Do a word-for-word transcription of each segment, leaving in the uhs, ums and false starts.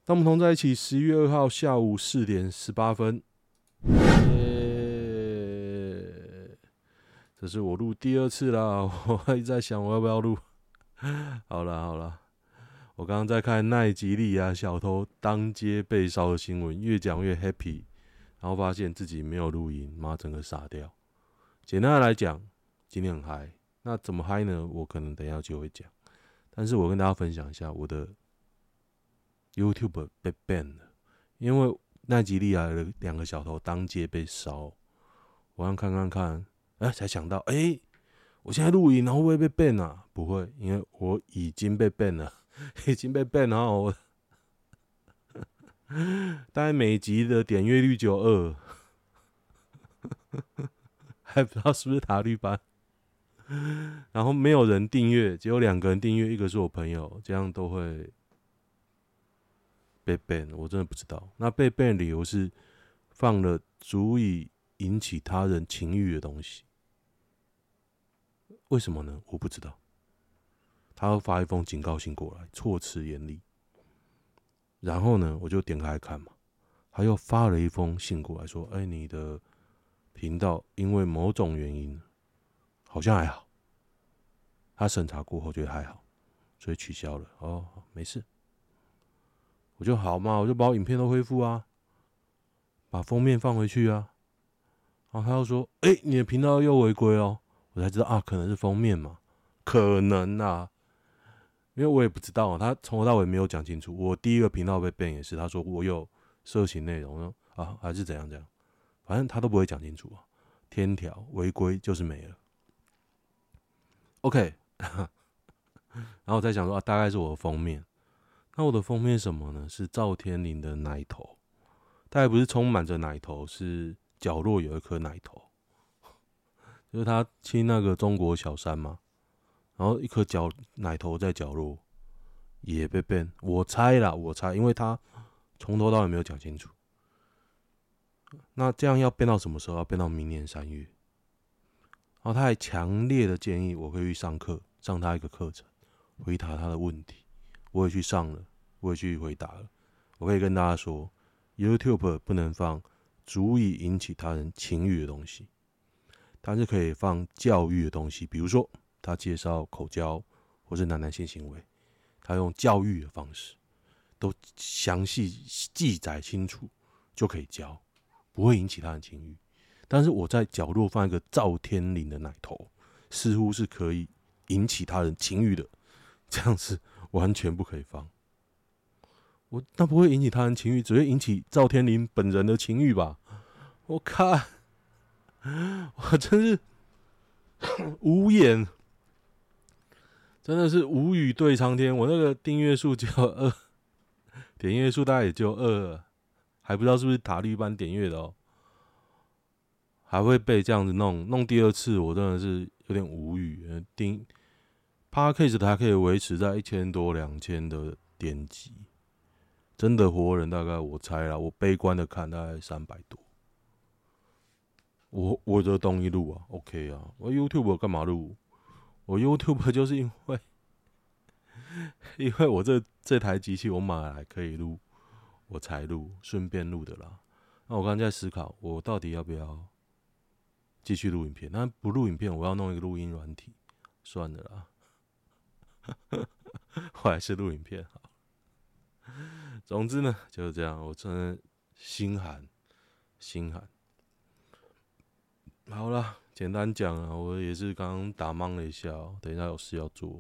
当我们同在一起，十一月二号下午四点十八分。耶！这是我录第二次啦，我还在想我要不要录。好了好了，我刚刚在看奈吉利亚小偷当街被烧的新闻，越讲越 happy， 然后发现自己没有录音，妈整个傻掉。简单的来讲，今天很嗨。那怎么嗨呢？我可能等一下就会讲，但是我跟大家分享一下我的 YouTube 被 ban 了，因为奈吉利亚的两个小偷当街被烧，我想看看看，哎、欸，才想到，哎、欸，我现在录影，然后会不会被 ban 啊？不会，因为我已经被 ban 了，已经被 ban 了，我大概每集的点阅率只有二，还不知道是不是塔绿班。然后没有人订阅，只有两个人订阅，一个是我朋友，这样都会被 ban， 我真的不知道。那被 ban 的理由是放了足以引起他人情欲的东西，为什么呢？我不知道。他会发一封警告信过来，措辞严厉。然后呢，我就点开看嘛，他又发了一封信过来说：“哎、欸，你的频道因为某种原因，好像还好。”他审查过后觉得还好，所以取消了。哦，没事。我就好嘛，我就把我影片都恢复啊，把封面放回去啊。然后他又说：“哎、欸，你的频道又违规哦。”我才知道啊，可能是封面嘛，可能啊，因为我也不知道，他从头到尾没有讲清楚。我第一个频道被 ban 也是，他说我有色情内容，啊，还是怎样怎样，反正他都不会讲清楚啊。天条违规就是没了。OK， 然后我在想说啊，大概是我的封面。那我的封面是什么呢？是赵天麟的奶头，大概不是充满着奶头，是角落有一颗奶头，就是他亲那个中国小三嘛，然后一颗角奶头在角落也被 ban， 我猜啦，我猜，因为他从头到尾没有讲清楚。那这样要 ban 到什么时候？要 ban 到明年三月。然后他还强烈的建议我可以去上课，上他一个课程，回答他的问题。我也去上了，我也去回答了。我可以跟大家说 ，YouTube 不能放足以引起他人情欲的东西，但是可以放教育的东西，比如说他介绍口交或是男男性行为，他用教育的方式，都详细记载清楚，就可以教，不会引起他人情欲。但是我在角落放一个赵天麟的奶头，似乎是可以引起他人情欲的，这样子完全不可以放。我那不会引起他人情欲，只会引起赵天麟本人的情欲吧？我看，我真是无言，真的是无语对苍天。我那个订阅数只有二，点阅数大概也就二，还不知道是不是塔绿班点阅的哦。还会被这样子弄，弄第二次，我真的是有点无语。订 Podcast 还可以维持在一千多、两千的点击，真的活人大概我猜啦，我悲观的看大概三百多。我我的东西录啊 ，OK 啊，我 YouTube 我干嘛录？我 YouTube 就是因为因为我这这台机器我买来可以录，我才录，顺便录的啦。那我刚才在思考，我到底要不要继续录影片？那不录影片，我要弄一个录音软体，算了啦，我还是录影片好。总之呢，就是这样，我真的心寒，心寒。好啦，简单讲啊，我也是刚刚打懵了一下、喔，等一下有事要做。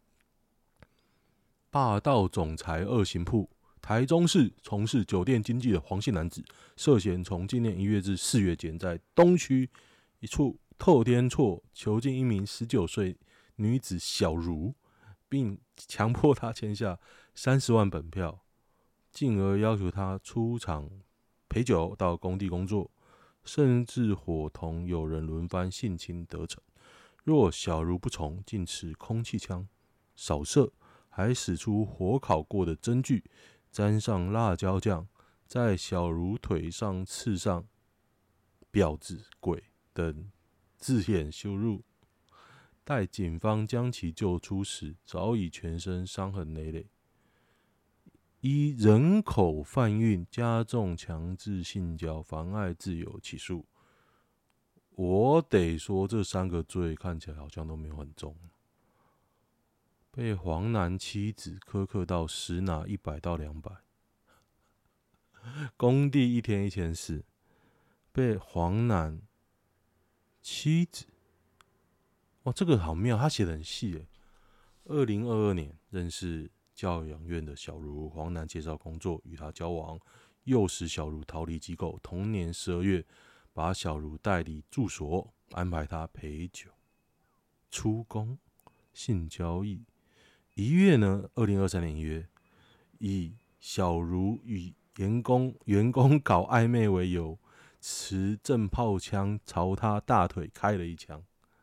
霸道总裁二刑铺，台中市从事酒店经济的黄姓男子，涉嫌从今年一月至四月间，在东区一处透天厝囚禁一名十九岁女子小茹，并强迫她签下三十万本票，进而要求她出场陪酒到工地工作，甚至伙同友人轮番性侵得逞。若小茹不从，竟持空气枪扫射，还使出火烤过的针具，沾上辣椒酱，在小茹腿上刺上“婊子”“鬼”等字眼羞辱。待警方将其救出时，早已全身伤痕累累， 依人口贩运、加重强制性交、妨碍自由起诉。我得说，这三个罪看起来好像都没有很重。被黄男妻子苛刻到实拿一百到两百，工地一天一千四，被黄男妻子，哇，这个好妙，他写的很细诶。二零二二年认识教养院的小茹，黄男介绍工作，与她交往，诱使小茹逃离机构。同年十二月，把小茹带离住所，安排她陪酒、出工、性交易。一月呢，二零二三年一月，以小茹与员工员工搞暧昧为由，持震炮枪朝他大腿开了一枪。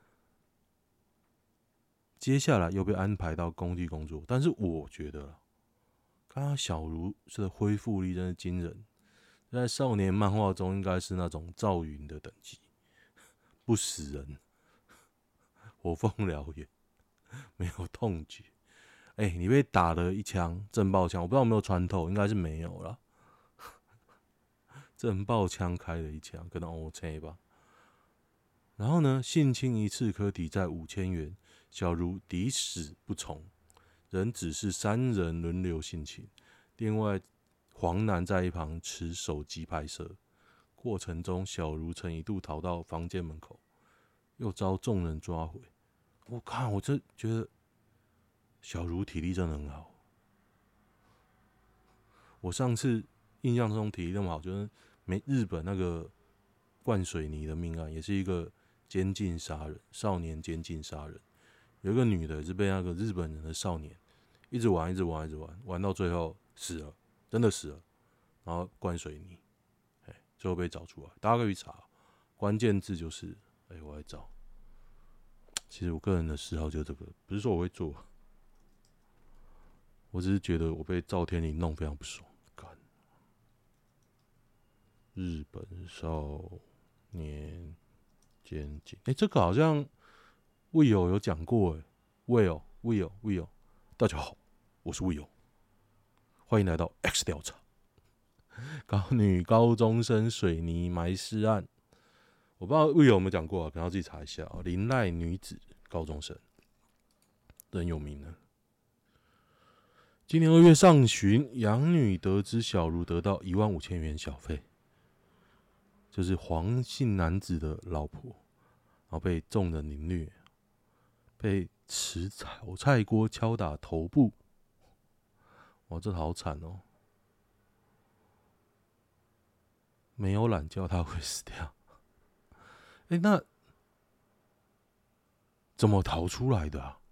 接下来又被安排到工地工作，但是我觉得啦，刚刚小茹的恢复力真是惊人，在少年漫画中应该是那种赵云的等级，不死人，火凤燎原，没有痛觉。哎、欸，你被打了一枪，震爆枪，我不知道有没有穿透，应该是没有啦。震爆枪开了一枪，可能 OK 吧。然后呢，性侵一次可抵债五千元，小茹抵死不从，仍只是三人轮流性侵。另外，黄男在一旁持手机拍摄，过程中小茹曾一度逃到房间门口，又遭众人抓回。我看，我这觉得小茹体力真的很好。我上次印象中体力那么好，就是没日本那个灌水泥的命案，也是一个监禁杀人，少年监禁杀人。有一个女的也是被那个日本人的少年一直玩，一直玩，一直玩，玩到最后死了，真的死了，然后灌水泥，哎，最后被找出来。大家可以查，关键字就是，哎，我来找。其实我个人的嗜好就是这个，不是说我会做。我只是觉得我被赵天麟弄非常不爽。干，日本少年监禁，哎、欸，这个好像 Will 有讲过，哎 ，Will Will Will， 大家好，我是 Will， 欢迎来到 X 调查。高女高中生水泥埋尸案，我不知道 Will 有没有讲过啊，可能要自己查一下啊。林赖女子高中生，很有名的。今年二月上旬，养女得知小茹得到一万五千元小费，就是黄姓男子的老婆，然后被众人凌虐，被持炒菜锅敲打头部，哇，这好惨哦！没有懒觉他会死掉。哎、欸，那怎么逃出来的啊？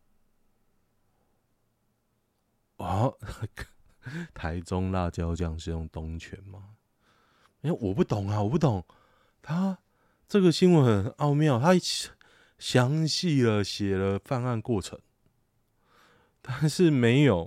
哦，台中辣椒酱是用东泉吗？哎、欸，我不懂啊，我不懂。他这个新闻很奥妙，他详细的写了犯案过程，但是没有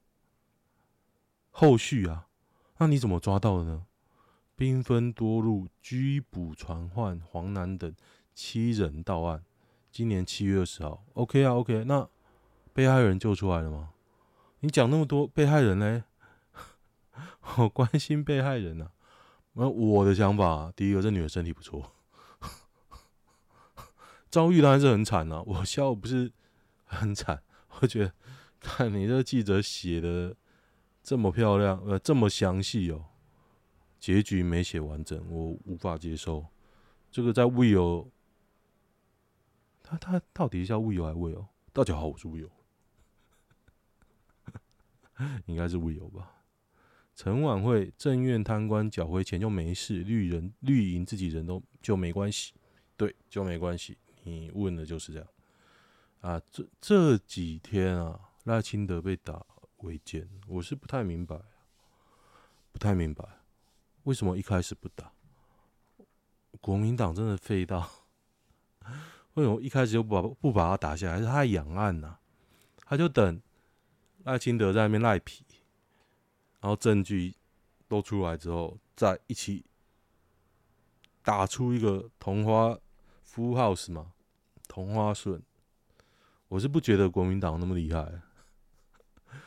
后续啊。那你怎么抓到的呢？兵分多路，拘捕传唤黄男等七人到案。今年七月二十号 ，OK 啊 ，OK。那被害人救出来了吗？你讲那么多被害人嘞，我关心被害人啊。那我的想法、啊，第一个，这女的身体不错，遭遇当然是很惨啊。我笑不是很惨，我觉得看你这个记者写的这么漂亮，呃，这么详细哦，结局没写完整，我无法接受。这个在 Will， 他他到底叫 Will 还是 Will？ 大家好，我是 Will。应该是 Will 吧。陈婉慧政院贪官缴回钱就没事，绿人绿营自己人都就没关系，对，就没关系。你问的就是这样啊。这这几天啊，赖清德被打违建，我是不太明白，不太明白为什么一开始不打。国民党真的废到，为什么一开始就不把不把他打下来？还是他养案呐、啊？他就等赖清德在那边赖皮，然后证据都出来之后，再一起打出一个同花 full house 嘛，同花顺。我是不觉得国民党那么厉害，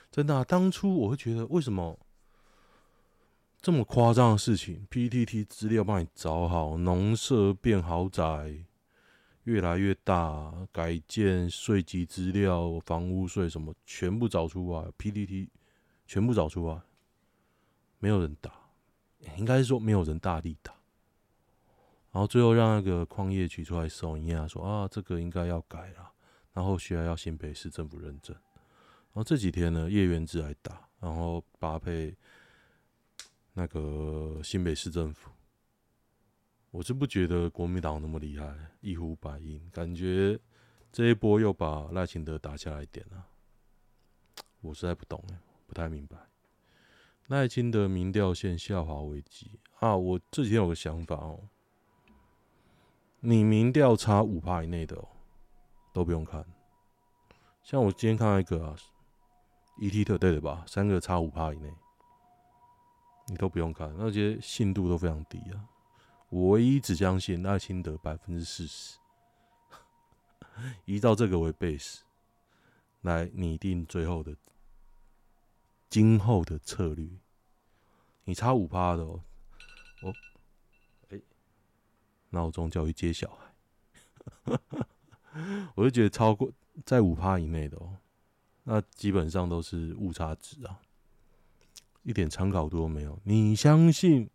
真的啊，当初我会觉得为什么这么夸张的事情 ，P T T 资料帮你找好，农舍变豪宅，越来越大，改建税级资料、房屋税什么全部找出来 ，P T T 全部找出来，没有人打，应该是说没有人大力打。然后最后让那个矿业局出来收一下，说啊，这个应该要改啦，然后后续还要新北市政府认证。然后这几天呢，叶元之来打，然后搭配那个新北市政府，我是不觉得国民党那么厉害，一呼百应，感觉这一波又把赖清德打下来一点了。我实在不懂，不太明白。赖清德民调线下滑危机啊！我这几天有个想法哦，你民调差五趴以内的哦，都不用看。像我今天看到一个啊 ，E T 特对的吧，三个差五趴以内，你都不用看，那些信度都非常低啊。我唯一只相信赖清德百分之四十，依照这个为 base 来拟定最后的今后的策略。你差五趴的哦，哦，哎、欸，闹钟叫去接小孩，我就觉得超过在五趴以内的哦，那基本上都是误差值啊，一点参考度都没有。你相信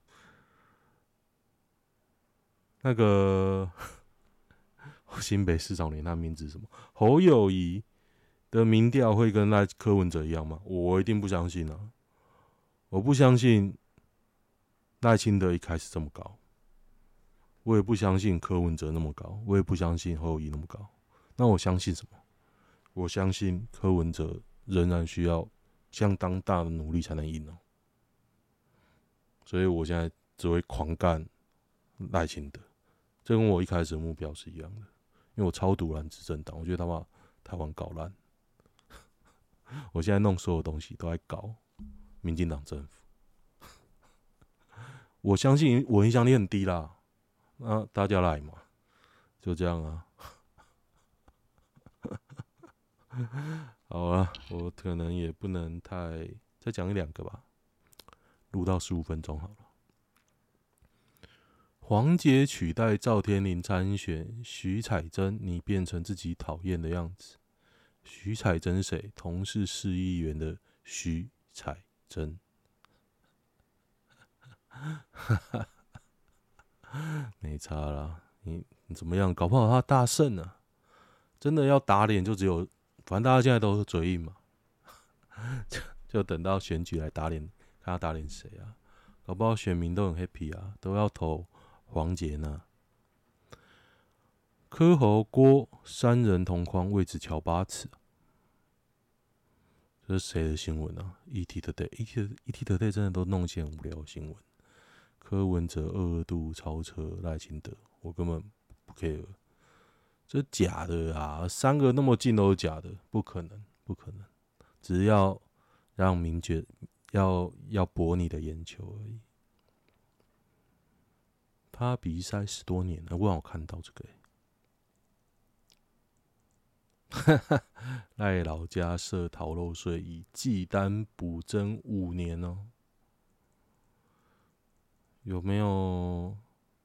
那个新北市长连他名字是什么侯友宜的民调会跟那柯文哲一样吗？我一定不相信啊！我不相信赖清德一开始这么高，我也不相信柯文哲那么高，我也不相信侯友宜那么高。那我相信什么？我相信柯文哲仍然需要相当大的努力才能赢哦。所以我现在只会狂干赖清德，这跟我一开始的目标是一样的。因为我超毒烂执政党，我觉得他把台湾搞烂。我现在弄所有东西都在搞民进党政府。我相信我影响力很低啦，那大家来嘛，就这样啊。好了，我可能也不能太再讲一两个吧，录到十五分钟好了。黄捷取代赵天麟参选，徐彩珍你变成自己讨厌的样子。徐彩珍谁？同是市议员的徐彩珍。没差啦，你你怎么样？搞不好他大胜啊！真的要打脸，就只有反正大家现在都是嘴硬嘛，就就等到选举来打脸，看他打脸谁啊？搞不好选民都很 happy 啊，都要投黄捷呢。柯侯郭三人同框，位置乔八尺。这是谁的新闻啊 ？E T Today，E T E T Today 真的都弄一些很无聊的新闻。柯文哲二度超车赖清德，我根本不 care， 这假的啊！三个那么近都是假的，不可能，不可能，只要让民觉要要博你的眼球而已。他比赛十多年了，我好看到这个、欸。赖老家设逃漏税，以计单补征五年哦。有没有？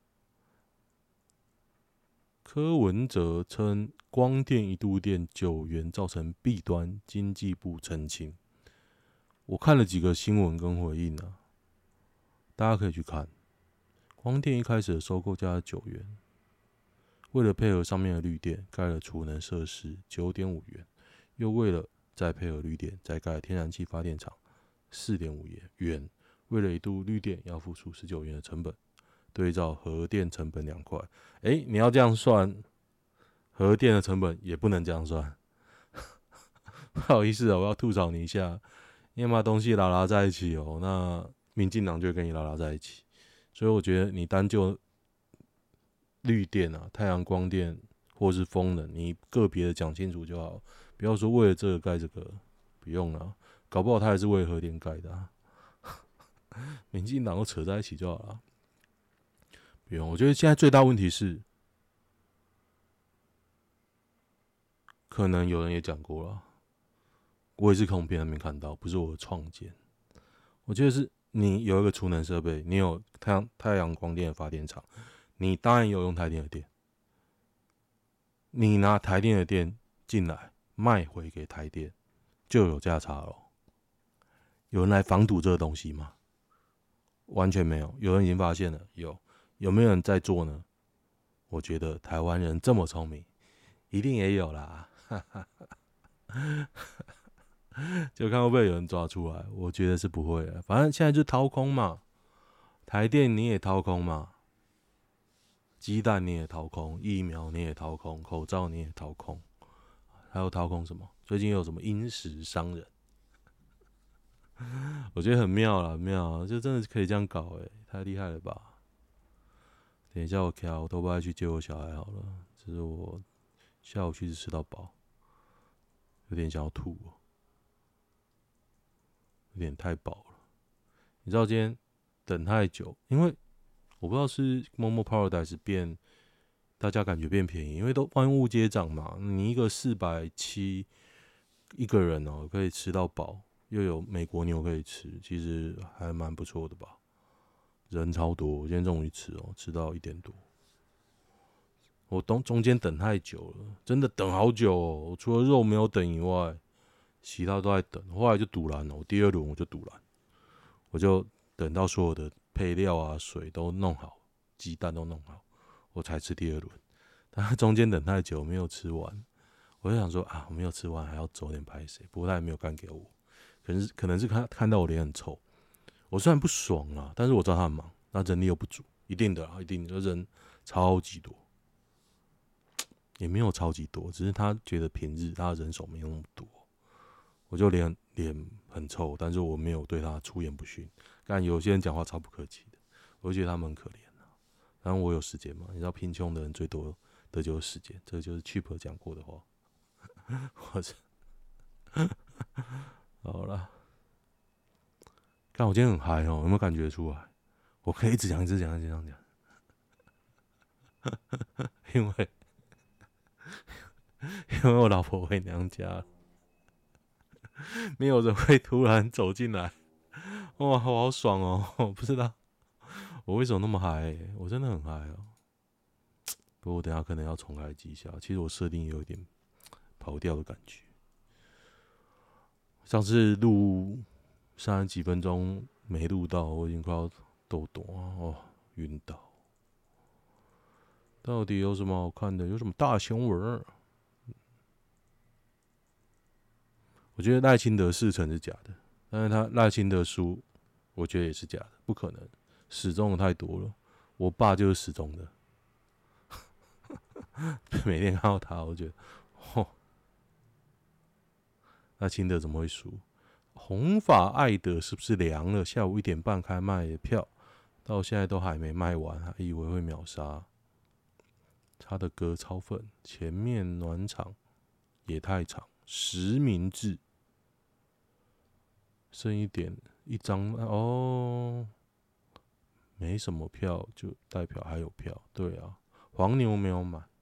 柯文哲称光电一度电九元造成弊端，经济部澄清。我看了几个新闻跟回应啊，大家可以去看。光电一开始的收购价是九元，为了配合上面的绿电，盖了储能设施九点五元，又为了再配合绿电，再盖天然气发电厂四点五元。为了一度绿电要付出十九元的成本，对照核电成本两块，哎、欸，你要这样算，核电的成本也不能这样算。不好意思啊，我要吐槽你一下，你把东西拉拉在一起哦，那民进党就会跟你拉拉在一起。所以我觉得你单就绿电啊、太阳光电或是风能，你个别的讲清楚就好，不要说为了这个盖这个，不用了，搞不好他还是为了核电盖的啊。民进党都扯在一起就好了，不用。我觉得现在最大问题是，可能有人也讲过了， 我也是从别人那边看到，不是我的创建。我觉得是你有一个储能设备，你有太阳太阳光电的发电厂，你当然有用台电的电，你拿台电的电进来卖回给台电，就有价差了。有人来防堵这个东西吗？完全没有。有人已经发现了，有有没有人在做呢？我觉得台湾人这么聪明，一定也有啦。就看会不会有人抓出来，我觉得是不会的。反正现在就掏空嘛，台电你也掏空嘛，鸡蛋你也掏空，疫苗你也掏空，口罩你也掏空，还有掏空什么？最近有什么因食商人？我觉得很妙啦，很妙，就真的可以这样搞，哎，太厉害了吧！等一下我开我都不爱去接我小孩好了，这是我下午去吃到饱，有点想要吐哦。有点太饱了。你知道今天等太久，因为我不知道是 Momo Paradise 变，大家感觉变便宜，因为都万物皆涨嘛。你一个四百七一个人哦，可以吃到饱，又有美国牛可以吃，其实还蛮不错的吧。人超多，我今天终于吃哦，吃到一点多。我中中间等太久了，真的等好久哦。我除了肉没有等以外，其他都在等，后来就堵拦了。我第二轮我就堵拦，我就等到所有的配料啊、水都弄好，鸡蛋都弄好，我才吃第二轮。但是中间等太久没有吃完，我就想说啊，我没有吃完还要走点拍谁？不过他也没有干给我，可能是可能是看看到我脸很臭。我虽然不爽啊，但是我知道他很忙，那人力又不足，一定的啊，一定的人超级多，也没有超级多，只是他觉得平日他的人手没有那么多。我就脸脸很臭，但是我没有对他出言不逊。但有些人讲话超不客气的，我就觉得他们很可怜啊。然后我有时间嘛，你知道贫穷的人最多的就是时间，这个就是 Cheap 讲过的话。我是好了，看我今天很嗨哦，有没有感觉出来？我可以一直讲，一直讲，一直讲，讲，因为因为我老婆回娘家了。没有人会突然走进来，哇，我好爽哦！我不知道我为什么那么嗨、欸，我真的很嗨哦。不过我等一下可能要重开机一下，其实我设定有一点跑掉的感觉。上次录三十几分钟没录到，我已经快要抖抖哦，晕倒。到底有什么好看的？有什么大新闻？我觉得赖清德事成是假的，但是他赖清德输，我觉得也是假的，不可能，始终的太多了。我爸就是始终的，每天看到他，我觉得，哦，赖清德怎么会输？红发艾德是不是凉了？下午一点半开卖的票，到现在都还没卖完，还以为会秒杀。他的歌超粉，前面暖场也太长，实名制。剩一点一张哦，没什么票就代表还有票，对啊，黄牛没有买。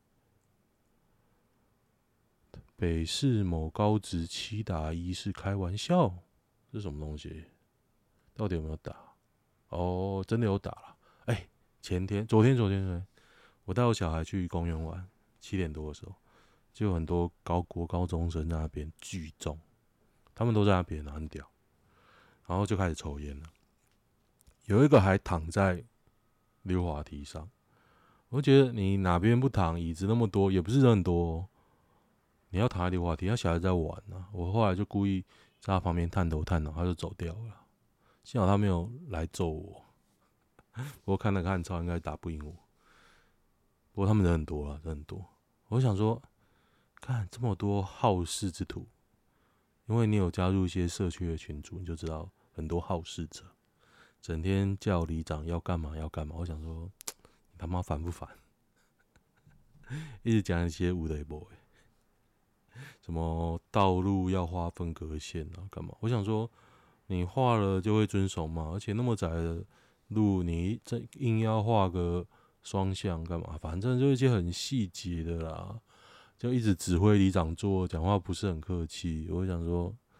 北市某高职七打一是开玩笑，这是什么东西？到底有没有打？哦，真的有打了。哎、欸，前天、昨天、昨天、昨天，我带我小孩去公园玩，七点多的时候，就有很多高国高中生在那边聚众，他们都在那边，很屌。然后就开始抽烟了，有一个还躺在溜滑梯上。我觉得你哪边不躺，椅子那么多，也不是人很多哦。你要躺在溜滑梯，他小孩在玩啊。我后来就故意在他旁边探头探脑，他就走掉了。幸好他没有来揍我，不过看了看超应该打不赢我。不过他们人很多了，人很多。我想说，看这么多好事之徒，因为你有加入一些社区的群组，你就知道。很多好事者，整天叫里长要干嘛要干嘛。我想说，你他妈烦不烦？一直讲一些无雷波，什么道路要画分隔线啊，干嘛？我想说，你画了就会遵守嘛。而且那么窄的路，你硬要画个双向干嘛？反正就一些很细节的啦，就一直指挥里长做，讲话不是很客气。我想说。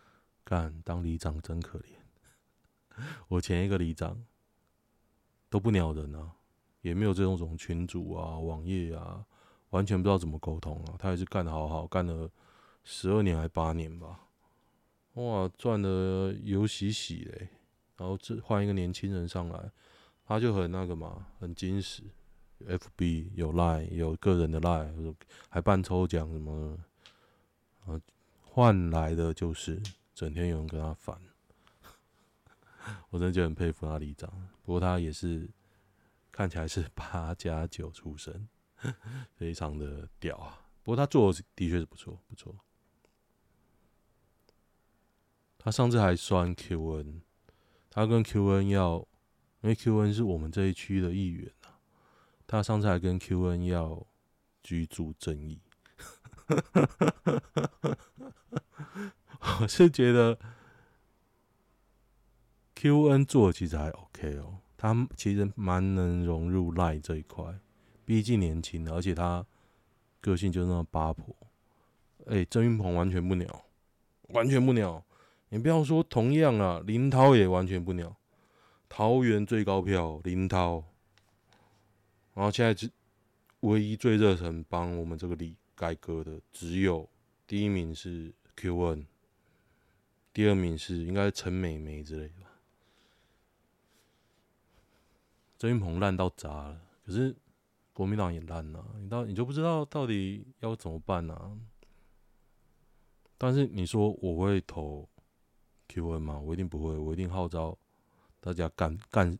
干当里长真可怜。我前一个里长都不鸟人啊，也没有这种种群组啊、网页啊，完全不知道怎么沟通啊。他也是干得好好，干了十二年还八年吧，哇，赚的油洗洗嘞。然后这换一个年轻人上来，他就很那个嘛，很矜持。F B 有 Line 有个人的 Line， 还办抽奖什么的，啊，换来的就是整天有人跟他烦。我真的就很佩服他里长，不过他也是看起来是八加九出身，非常的屌啊。不过他做的的确是不错，不错。他上次还酸 Q N， 他跟 Q N 要，因为 Q N 是我们这一区的议员啊，他上次还跟 Q N 要居住正义。我是觉得 Q N 做的其实还 OK 哦，他其实蛮能融入 Line 这一块，毕竟年轻的，而且他个性就是那种八婆。哎、欸，郑云鹏完全不鸟，完全不鸟。你不要说同样啊，林涛也完全不鸟。桃园最高票林涛，然后现在唯一最热忱帮我们这个里改革的，只有第一名是 Q N， 第二名是应该是陈美眉之类的吧。郑云鹏烂到渣了，可是国民党也烂啊，你到你就不知道到底要怎么办啊？但是你说我会投 Q N 吗？我一定不会，我一定号召大家干干，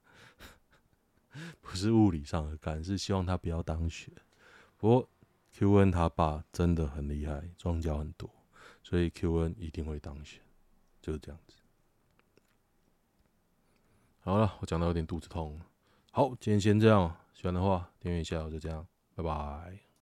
不是物理上的干，是希望他不要当选。不过 Q N 他爸真的很厉害，庄脚很多，所以 Q N 一定会当选，就是这样子。好了，我讲到有点肚子痛了。好，今天先这样，喜欢的话订阅一下，我就这样，拜拜。